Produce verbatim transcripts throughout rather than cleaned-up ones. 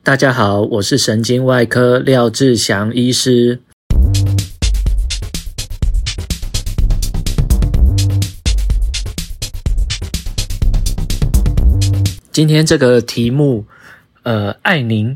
大家好，我是神经外科廖志祥医师。今天这个题目，呃，爱您。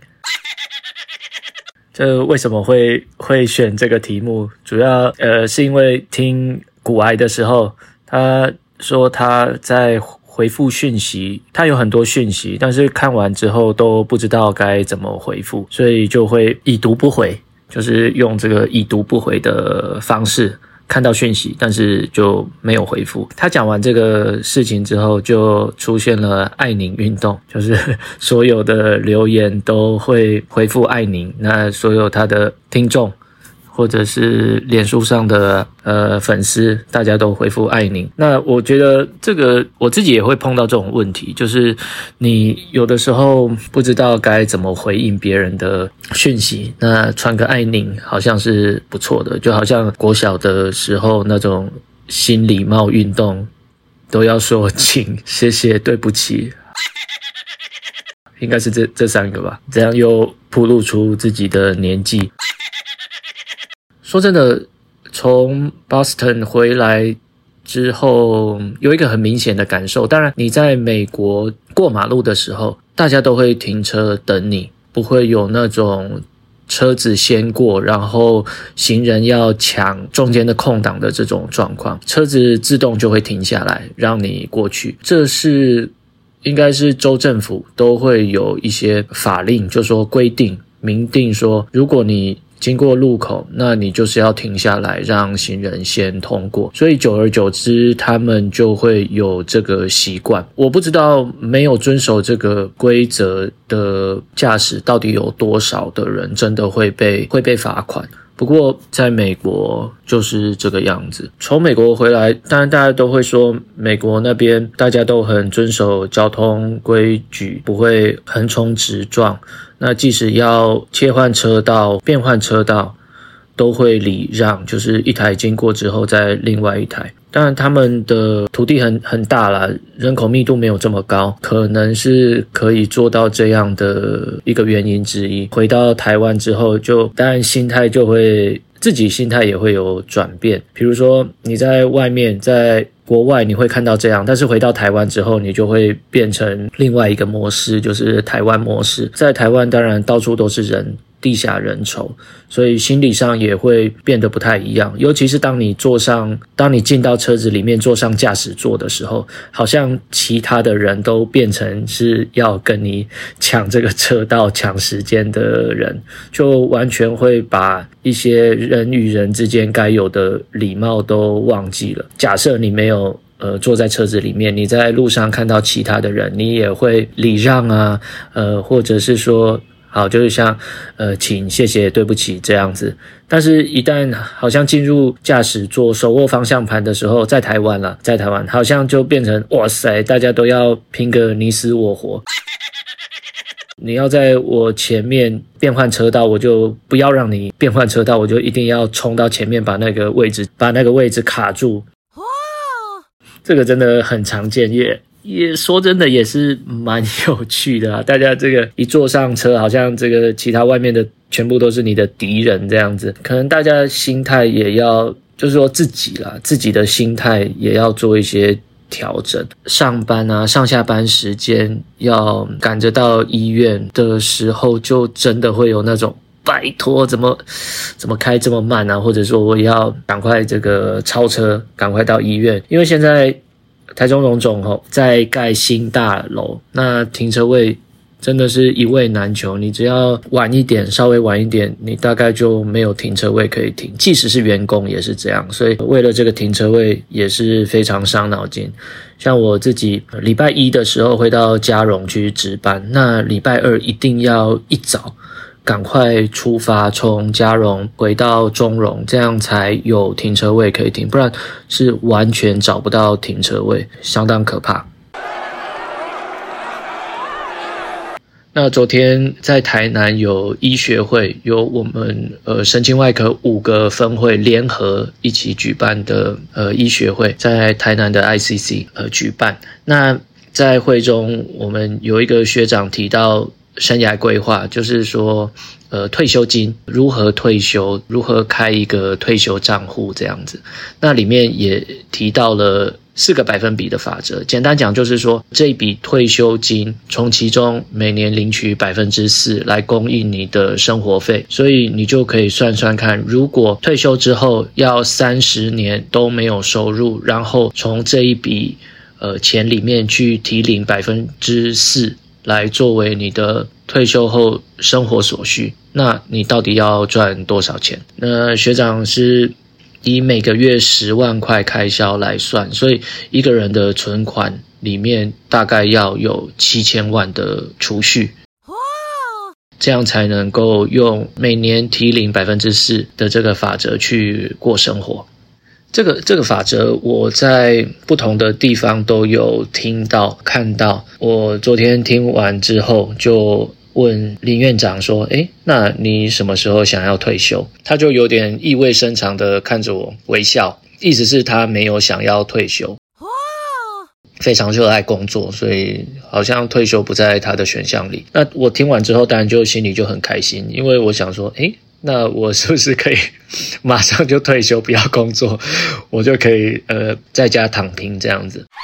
这为什么会会选这个题目？主要呃是因为听股癌的时候，他说他在回复讯息，他有很多讯息，但是看完之后都不知道该怎么回复，所以就会已读不回，就是用这个已读不回的方式看到讯息，但是就没有回复。他讲完这个事情之后，就出现了爱您运动，就是所有的留言都会回复爱您，那所有他的听众或者是脸书上的呃粉丝，大家都回复爱您。那我觉得这个我自己也会碰到这种问题，就是你有的时候不知道该怎么回应别人的讯息，那传个爱您好像是不错的，就好像国小的时候那种新礼貌运动，都要说请、谢谢、对不起，应该是这这三个吧，这样又暴露出自己的年纪。说真的，从 Boston 回来之后，有一个很明显的感受。当然，你在美国过马路的时候，大家都会停车等你，不会有那种车子先过，然后行人要抢中间的空档的这种状况。车子自动就会停下来，让你过去。这是应该是州政府都会有一些法令，就说规定明定说，如果你经过路口，那你就是要停下来让行人先通过，所以久而久之他们就会有这个习惯。我不知道没有遵守这个规则的驾驶到底有多少的人真的会被会被罚款，不过在美国就是这个样子。从美国回来，当然大家都会说美国那边大家都很遵守交通规矩，不会横冲直撞，那即使要切换车道、变换车道都会礼让，就是一台经过之后再另外一台。当然他们的土地很很大啦，人口密度没有这么高，可能是可以做到这样的一个原因之一。回到台湾之后，就当然心态就会自己心态也会有转变。比如说你在外面在国外你会看到这样，但是回到台湾之后你就会变成另外一个模式，就是台湾模式。在台湾当然到处都是人，地下人稠，所以心理上也会变得不太一样。尤其是当你坐上当你进到车子里面坐上驾驶座的时候，好像其他的人都变成是要跟你抢这个车道抢时间的人，就完全会把一些人与人之间该有的礼貌都忘记了。假设你没有呃，坐在车子里面，你在路上看到其他的人，你也会礼让啊，呃，或者是说好，就是像呃，请、谢谢、对不起这样子。但是一旦好像进入驾驶座手握方向盘的时候，在台湾啦，在台湾好像就变成哇塞，大家都要拼个你死我活。你要在我前面变换车道，我就不要让你变换车道，我就一定要冲到前面把那个位置把那个位置卡住。这个真的很常见，也也说真的也是蛮有趣的啊！大家这个一坐上车，好像这个其他外面的全部都是你的敌人这样子。可能大家心态也要，就是说自己啦，自己的心态也要做一些调整。上班啊，上下班时间要赶着到医院的时候，就真的会有那种拜托怎么怎么开这么慢啊，或者说我要赶快这个超车赶快到医院。因为现在台中荣总吼在盖新大楼，那停车位真的是一位难求，你只要晚一点稍微晚一点，你大概就没有停车位可以停，即使是员工也是这样。所以为了这个停车位也是非常伤脑筋。像我自己礼拜一的时候会到嘉荣去值班，那礼拜二一定要一早赶快出发，从嘉荣回到中荣，这样才有停车位可以停，不然是完全找不到停车位，相当可怕。那昨天在台南有医学会，有我们呃神经外科五个分会联合一起举办的呃医学会，在台南的 I C C 呃举办。那在会中，我们有一个学长提到生涯规划，就是说呃退休金如何退休，如何开一个退休账户这样子。那里面也提到了四个百分比的法则，简单讲就是说，这一笔退休金从其中每年领取 百分之四 来供应你的生活费，所以你就可以算算看，如果退休之后要三十年都没有收入，然后从这一笔呃钱里面去提领 百分之四 来作为你的退休后生活所需，那你到底要赚多少钱？那学长是以每个月十万块开销来算，所以一个人的存款里面大概要有七千万的储蓄，这样才能够用每年提领 百分之四 的这个法则去过生活。这个这个法则我在不同的地方都有听到看到，我昨天听完之后就问林院长说，诶，那你什么时候想要退休？他就有点意味深长的看着我微笑，意思是他没有想要退休，非常热爱工作，所以好像退休不在他的选项里。那我听完之后当然就心里就很开心，因为我想说，诶，那我是不是可以马上就退休，不要工作，我就可以呃在家躺平这样子。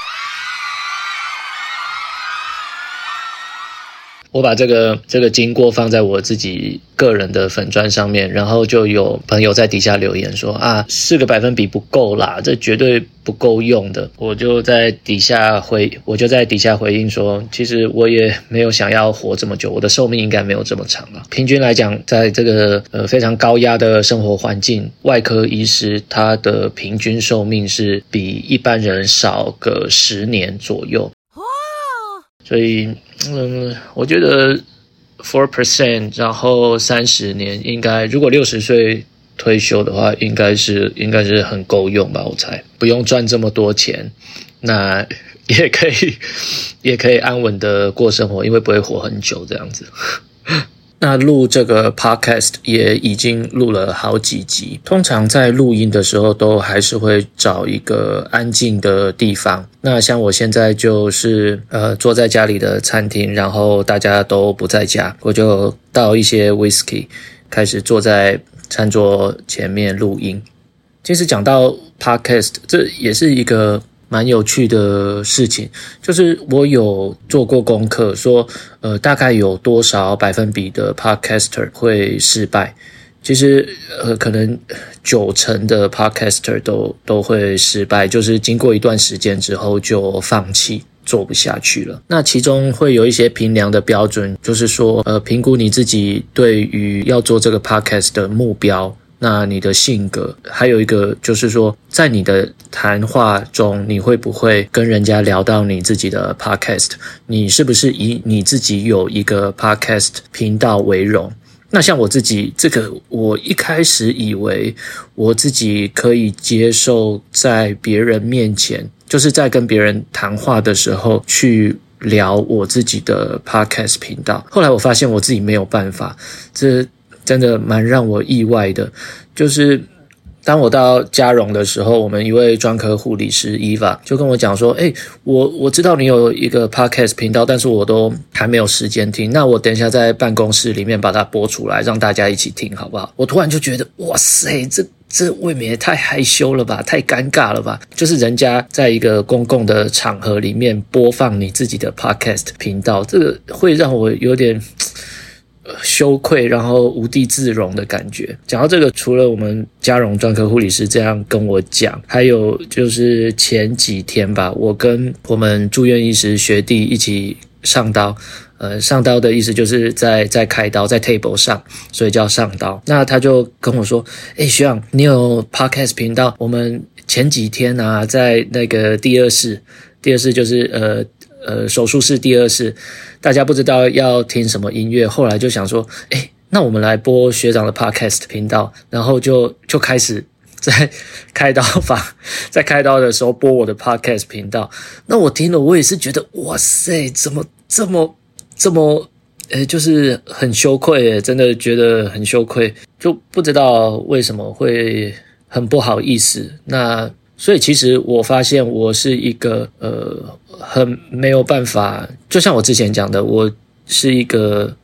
我把这个这个经过放在我自己个人的粉专上面，然后就有朋友在底下留言说啊，四个百分比不够啦，这绝对不够用的。我就在底下回，我就在底下回应说，其实我也没有想要活这么久，我的寿命应该没有这么长了。平均来讲，在这个呃非常高压的生活环境，外科医师他的平均寿命是比一般人少个十年左右。所以，嗯，我觉得 百分之四， 然后三十年，应该如果六十岁退休的话，应该是应该是很够用吧，我猜，不用赚这么多钱，那也可以也可以安稳的过生活，因为不会活很久这样子。那录这个 podcast 也已经录了好几集，通常在录音的时候都还是会找一个安静的地方。那像我现在就是呃坐在家里的餐厅，然后大家都不在家，我就倒一些 whisky， 开始坐在餐桌前面录音。其实讲到 podcast， 这也是一个蛮有趣的事情，就是我有做过功课说呃大概有多少百分比的 podcaster 会失败。其实呃可能九成的 podcaster 都都会失败，就是经过一段时间之后就放弃，做不下去了。那其中会有一些评量的标准，就是说呃评估你自己对于要做这个 podcast 的目标，那你的性格，还有一个就是说在你的谈话中你会不会跟人家聊到你自己的 podcast， 你是不是以你自己有一个 podcast 频道为荣。那像我自己这个，我一开始以为我自己可以接受在别人面前，就是在跟别人谈话的时候去聊我自己的 podcast 频道，后来我发现我自己没有办法，这真的蛮让我意外的。就是当我到嘉荣的时候，我们一位专科护理师 Eva 就跟我讲说，诶，我我知道你有一个 podcast 频道，但是我都还没有时间听，那我等一下在办公室里面把它播出来，让大家一起听好不好？我突然就觉得，哇塞，这这未免也太害羞了吧，太尴尬了吧。就是人家在一个公共的场合里面播放你自己的 podcast 频道，这个会让我有点羞愧，然后无地自容的感觉。讲到这个，除了我们嘉荣专科护理师这样跟我讲，还有就是前几天吧，我跟我们住院医师学弟一起上刀。呃，上刀的意思就是在在开刀，在 table 上，所以叫上刀。那他就跟我说，诶，学长，你有 podcast 频道，我们前几天啊，在那个第二室，第二室就是呃呃手术室第二室，大家不知道要听什么音乐，后来就想说，诶，那我们来播学长的 podcast 频道，然后就就开始在开刀房，在开刀的时候播我的 podcast 频道。那我听了，我也是觉得，哇塞，怎么这么这么呃，就是很羞愧耶，真的觉得很羞愧，就不知道为什么会很不好意思。那所以其实我发现我是一个呃很没有办法，就像我之前讲的，我是一个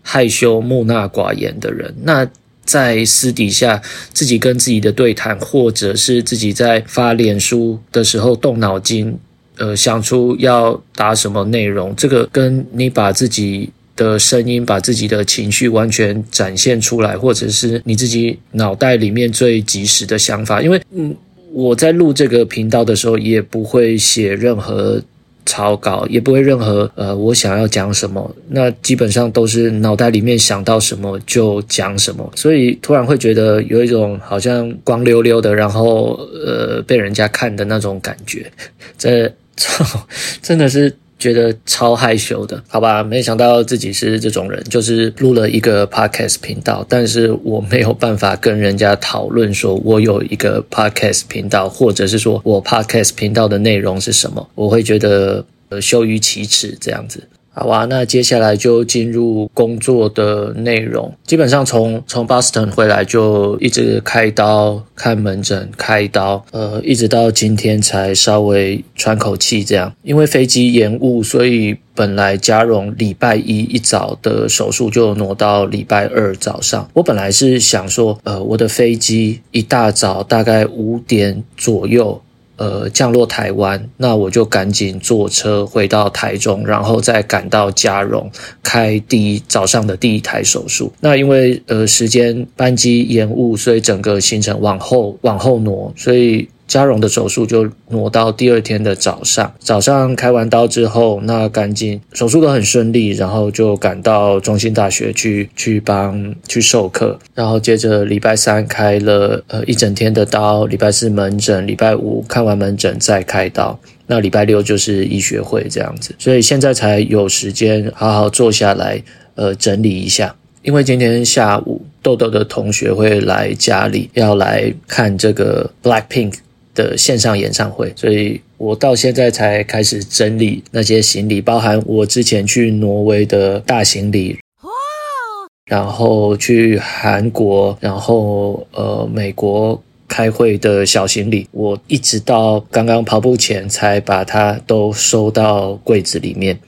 害羞木讷寡言的人，那在私底下自己跟自己的对谈，或者是自己在发脸书的时候动脑筋，呃，想出要打什么内容，这个跟你把自己的声音，把自己的情绪完全展现出来，或者是你自己脑袋里面最及时的想法，因为嗯，我在录这个频道的时候也不会写任何草稿，也不会任何呃我想要讲什么，那基本上都是脑袋里面想到什么就讲什么，所以突然会觉得有一种好像光溜溜的，然后呃被人家看的那种感觉，这真的是觉得超害羞的，好吧，没想到自己是这种人，就是录了一个 podcast 频道，但是我没有办法跟人家讨论说我有一个 podcast 频道，或者是说我 podcast 频道的内容是什么，我会觉得呃羞于启齿这样子。好啊，那接下来就进入工作的内容。基本上从从 Boston 回来就一直开刀、看门诊、开刀，呃，一直到今天才稍微喘口气这样。因为飞机延误，所以本来嘉荣礼拜一一早的手术就挪到礼拜二早上。我本来是想说，呃，我的飞机一大早大概五点左右。呃，降落台湾，那我就赶紧坐车回到台中，然后再赶到嘉荣开第一早上的第一台手术。那因为呃时间班机延误，所以整个行程往后往后挪，所以嘉荣的手术就挪到第二天的早上。早上开完刀之后，那赶紧手术都很顺利，然后就赶到中兴大学去去帮去授课，然后接着礼拜三开了呃一整天的刀，礼拜四门诊，礼拜五看完门诊再开刀。那礼拜六就是医学会这样子，所以现在才有时间好好坐下来呃整理一下。因为今天下午豆豆的同学会来家里要来看这个 Blackpink的线上演唱会，所以我到现在才开始整理那些行李，包含我之前去挪威的大行李，然后去韩国，然后呃美国开会的小行李，我一直到刚刚跑步前才把它都收到柜子里面。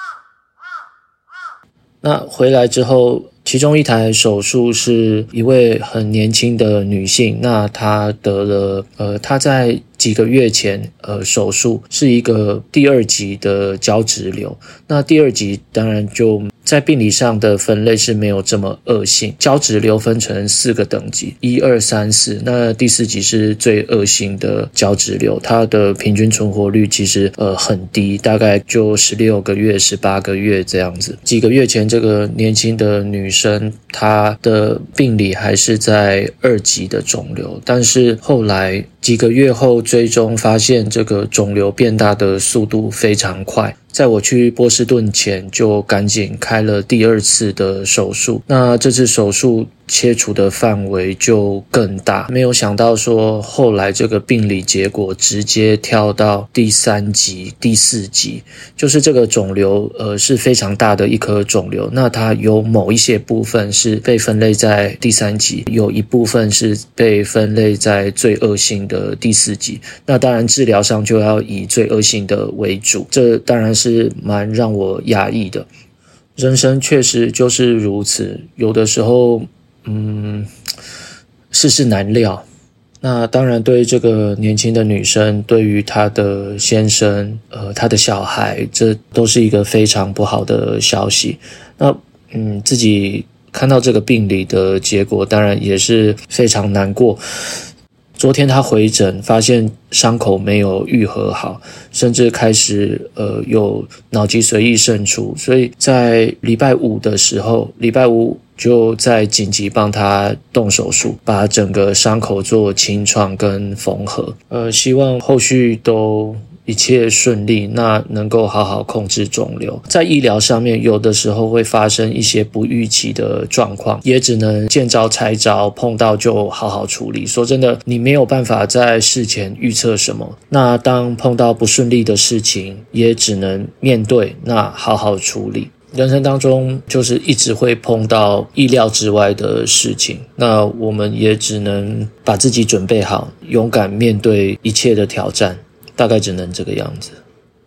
那回来之后，其中一台手术是一位很年轻的女性，那她得了呃她在几个月前呃手术是一个第二级的胶质瘤。那第二级当然就在病理上的分类是没有这么恶性，胶质瘤分成四个等级，一二三四，那第四级是最恶性的胶质瘤，它的平均存活率其实呃很低，大概就十六个月十八个月这样子。几个月前这个年轻的女生她的病理还是在二级的肿瘤，但是后来几个月后追踪发现这个肿瘤变大的速度非常快，在我去波士顿前就赶紧开了第二次的手术，那这次手术切除的范围就更大，没有想到说后来这个病理结果直接跳到第三级第四级，就是这个肿瘤呃是非常大的一颗肿瘤，那它有某一些部分是被分类在第三级，有一部分是被分类在最恶性的第四级，那当然治疗上就要以最恶性的为主，这当然是蛮让我压抑的。人生确实就是如此，有的时候嗯，世事难料。那当然对这个年轻的女生，对于她的先生呃，她的小孩，这都是一个非常不好的消息。那嗯，自己看到这个病理的结果，当然也是非常难过。昨天他回诊发现伤口没有愈合好，甚至开始呃有脑脊髓液渗出，所以在礼拜五的时候，礼拜五就在紧急帮他动手术，把整个伤口做清创跟缝合，呃，希望后续都一切顺利，那能够好好控制肿瘤。在医疗上面，有的时候会发生一些不预期的状况，也只能见招拆招，碰到就好好处理。说真的，你没有办法在事前预测什么，那当碰到不顺利的事情，也只能面对，那好好处理。人生当中就是一直会碰到意料之外的事情，那我们也只能把自己准备好，勇敢面对一切的挑战，大概只能这个样子。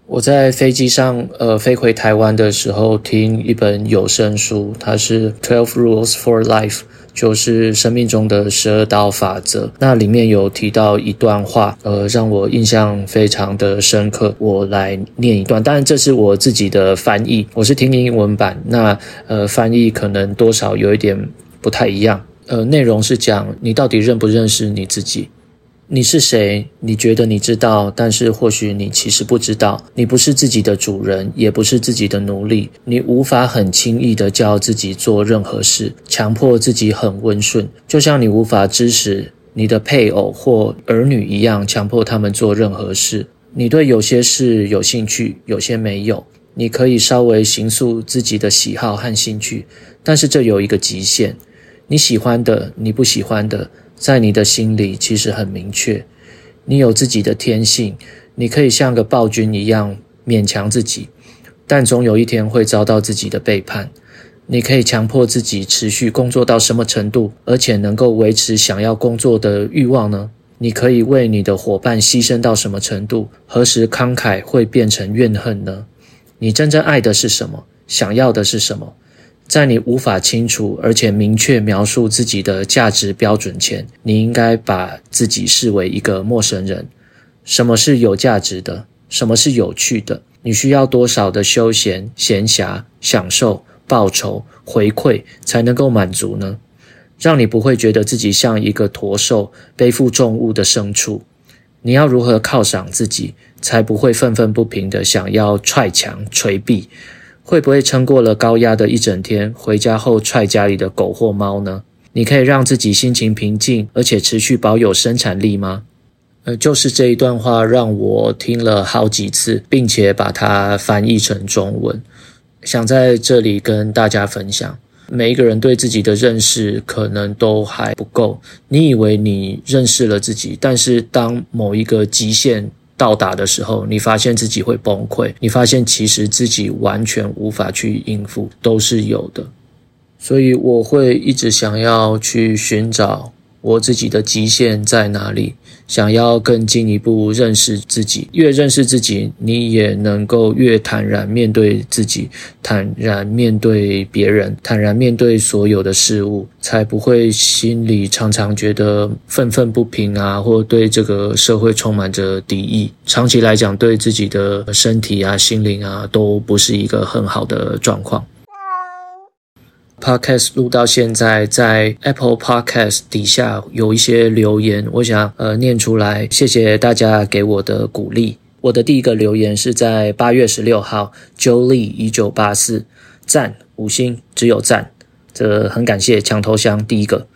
我在飞机上呃飞回台湾的时候听一本有声书，它是 twelve rules for life， 就是生命中的十二道法则。那里面有提到一段话，呃让我印象非常的深刻，我来念一段。当然这是我自己的翻译，我是听英文版，那呃翻译可能多少有一点不太一样。呃内容是讲你到底认不认识你自己？你是谁？你觉得你知道，但是或许你其实不知道。你不是自己的主人，也不是自己的奴隶。你无法很轻易地叫自己做任何事，强迫自己很温顺，就像你无法指使你的配偶或儿女一样，强迫他们做任何事。你对有些事有兴趣，有些没有。你可以稍微形塑自己的喜好和兴趣，但是这有一个极限。你喜欢的，你不喜欢的，在你的心里其实很明确。你有自己的天性，你可以像个暴君一样勉强自己，但总有一天会遭到自己的背叛。你可以强迫自己持续工作到什么程度，而且能够维持想要工作的欲望呢？你可以为你的伙伴牺牲到什么程度？何时慷慨会变成怨恨呢？你真正爱的是什么？想要的是什么？在你无法清楚而且明确描述自己的价值标准前，你应该把自己视为一个陌生人。什么是有价值的？什么是有趣的？你需要多少的休闲、闲暇、享受、报酬、回馈才能够满足呢？让你不会觉得自己像一个驼兽，背负重物的牲畜。你要如何犒赏自己，才不会愤愤不平地想要踹墙、捶壁？会不会撑过了高压的一整天，回家后踹家里的狗或猫呢？你可以让自己心情平静，而且持续保有生产力吗？呃，就是这一段话让我听了好几次，并且把它翻译成中文，想在这里跟大家分享。每一个人对自己的认识可能都还不够，你以为你认识了自己，但是当某一个极限到达的时候，你发现自己会崩溃，你发现其实自己完全无法去应付，都是有的。所以我会一直想要去寻找我自己的极限在哪里，想要更进一步认识自己。越认识自己，你也能够越坦然面对自己，坦然面对别人，坦然面对所有的事物，才不会心里常常觉得愤愤不平啊，或对这个社会充满着敌意。长期来讲，对自己的身体啊、心灵啊，都不是一个很好的状况。Podcast 录到现在，在 Apple Podcast 底下有一些留言，我想呃念出来，谢谢大家给我的鼓励。我的第一个留言是在八月十六号 Jolie 一九八四，赞五星，只有赞，这很感谢抢头香第一个。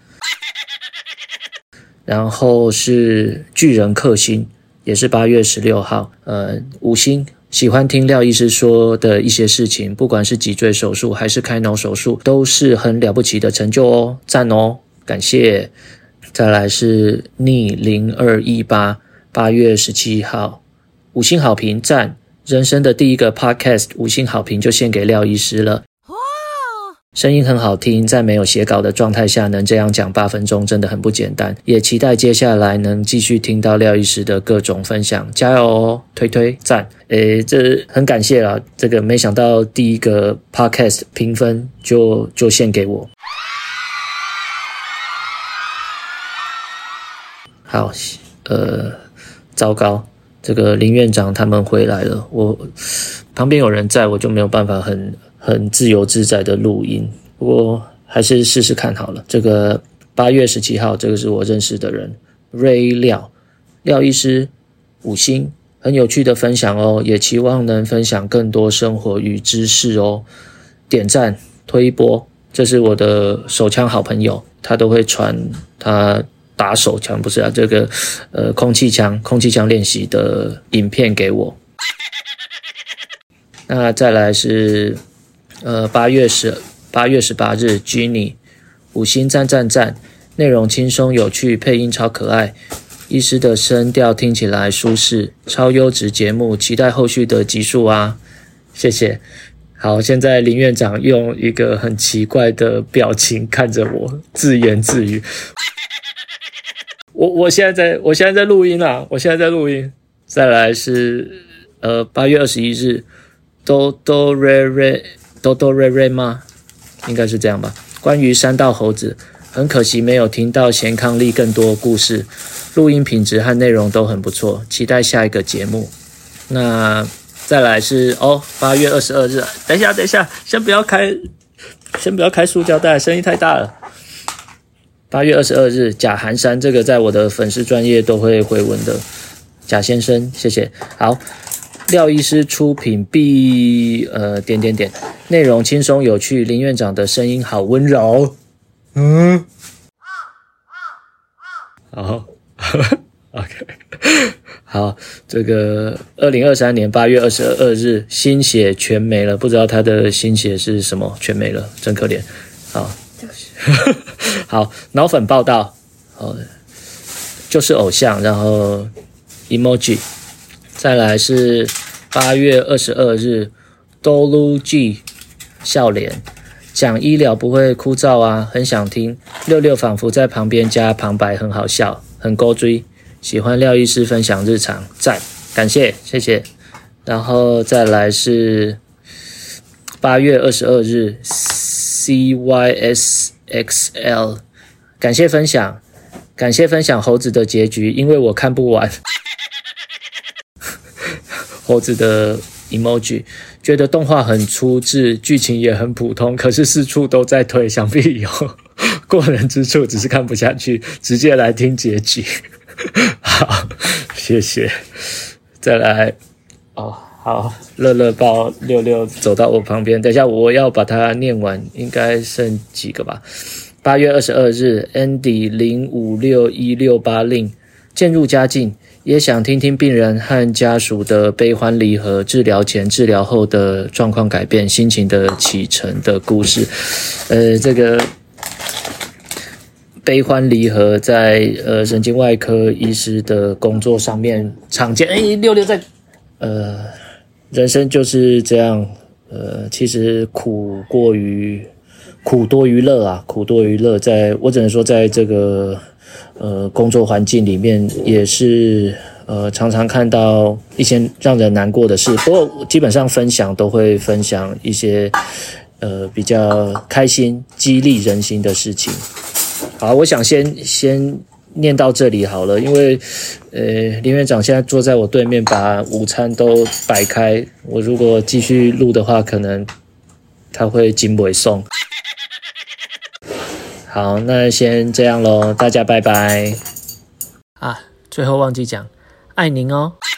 然后是巨人克星，也是八月十六号，呃五星。喜欢听廖医师说的一些事情，不管是脊椎手术还是开脑手术，都是很了不起的成就哦，赞哦，感谢。再来是逆零二一八，八月十七号，五星好评，赞，人生的第一个 podcast， 五星好评就献给廖医师了。声音很好听，在没有写稿的状态下能这样讲八分钟真的很不简单，也期待接下来能继续听到廖医师的各种分享，加油哦，推推赞。诶，这很感谢啦，这个没想到第一个 podcast 评分就就献给我。好，呃，糟糕，这个林院长他们回来了，我旁边有人在，我就没有办法很很自由自在的录音，不过还是试试看好了。这个八月十七号，这个是我认识的人 Ray 廖廖医师五星，很有趣的分享哦，也期望能分享更多生活与知识哦。点赞推一波，这是我的手枪好朋友，他都会传他打手枪，不是啊，这个呃空气枪空气枪练习的影片给我。那再来是呃八月十八月十八日 Ginny 五星赞赞赞，内容轻松有趣，配音超可爱，医师的声调听起来舒适，超优质节目，期待后续的集数啊，谢谢。好，现在林院长用一个很奇怪的表情看着我，自言自语。我我现在在我现在在录音啊，我现在在录音。再来是呃，八月二十一日，哆哆瑞瑞哆哆瑞瑞吗？应该是这样吧。关于山道猴子，很可惜没有听到贤伉俪更多故事，录音品质和内容都很不错，期待下一个节目。那再来是哦，八月二十二日，等一下，等一下，先不要开，先不要开塑胶袋，声音太大了。八月二十二日，贾寒山，这个在我的粉丝专页都会回文的，贾先生，谢谢。好，廖医师出品必呃点点点，内容轻松有趣，林院长的声音好温柔。嗯，好，OK， 好，这个二零二三年八月二十二日，心血全没了，不知道他的心血是什么，全没了，真可怜。好。好，脑粉报道，哦，就是偶像，然后 emoji， 再来是八月二十二日 ，Dolu G 笑脸，讲医疗不会枯燥啊，很想听。六六仿佛在旁边加旁白，很好笑，很勾追。喜欢廖医师分享日常，赞，感谢，谢谢。然后再来是八月二十二日 ，C Y S X L， 感谢分享，感谢分享猴子的结局，因为我看不完。猴子的 emoji， 觉得动画很粗制，剧情也很普通，可是四处都在推，想必有过人之处，只是看不下去，直接来听结局。好，谢谢。再来，哦，好，乐乐抱六六走到我旁边，等一下我要把它念完，应该剩几个吧。八月二十二日 Andy 零五六一六八令渐入佳境，也想听听病人和家属的悲欢离合，治疗前治疗后的状况改变，心情的启程的故事。呃，这个悲欢离合在呃神经外科医师的工作上面常见。诶，六六在呃人生就是这样，呃其实苦过于苦多于乐啊，苦多于乐，在我只能说在这个呃工作环境里面也是呃常常看到一些让人难过的事，不过基本上分享都会分享一些呃比较开心激励人心的事情。好，我想先先念到这里好了，因为呃林院长现在坐在我对面，把午餐都摆开，我如果继续录的话，可能他会紧尾送。好，那先这样咯，大家拜拜。啊，最后忘记讲，爱您哦。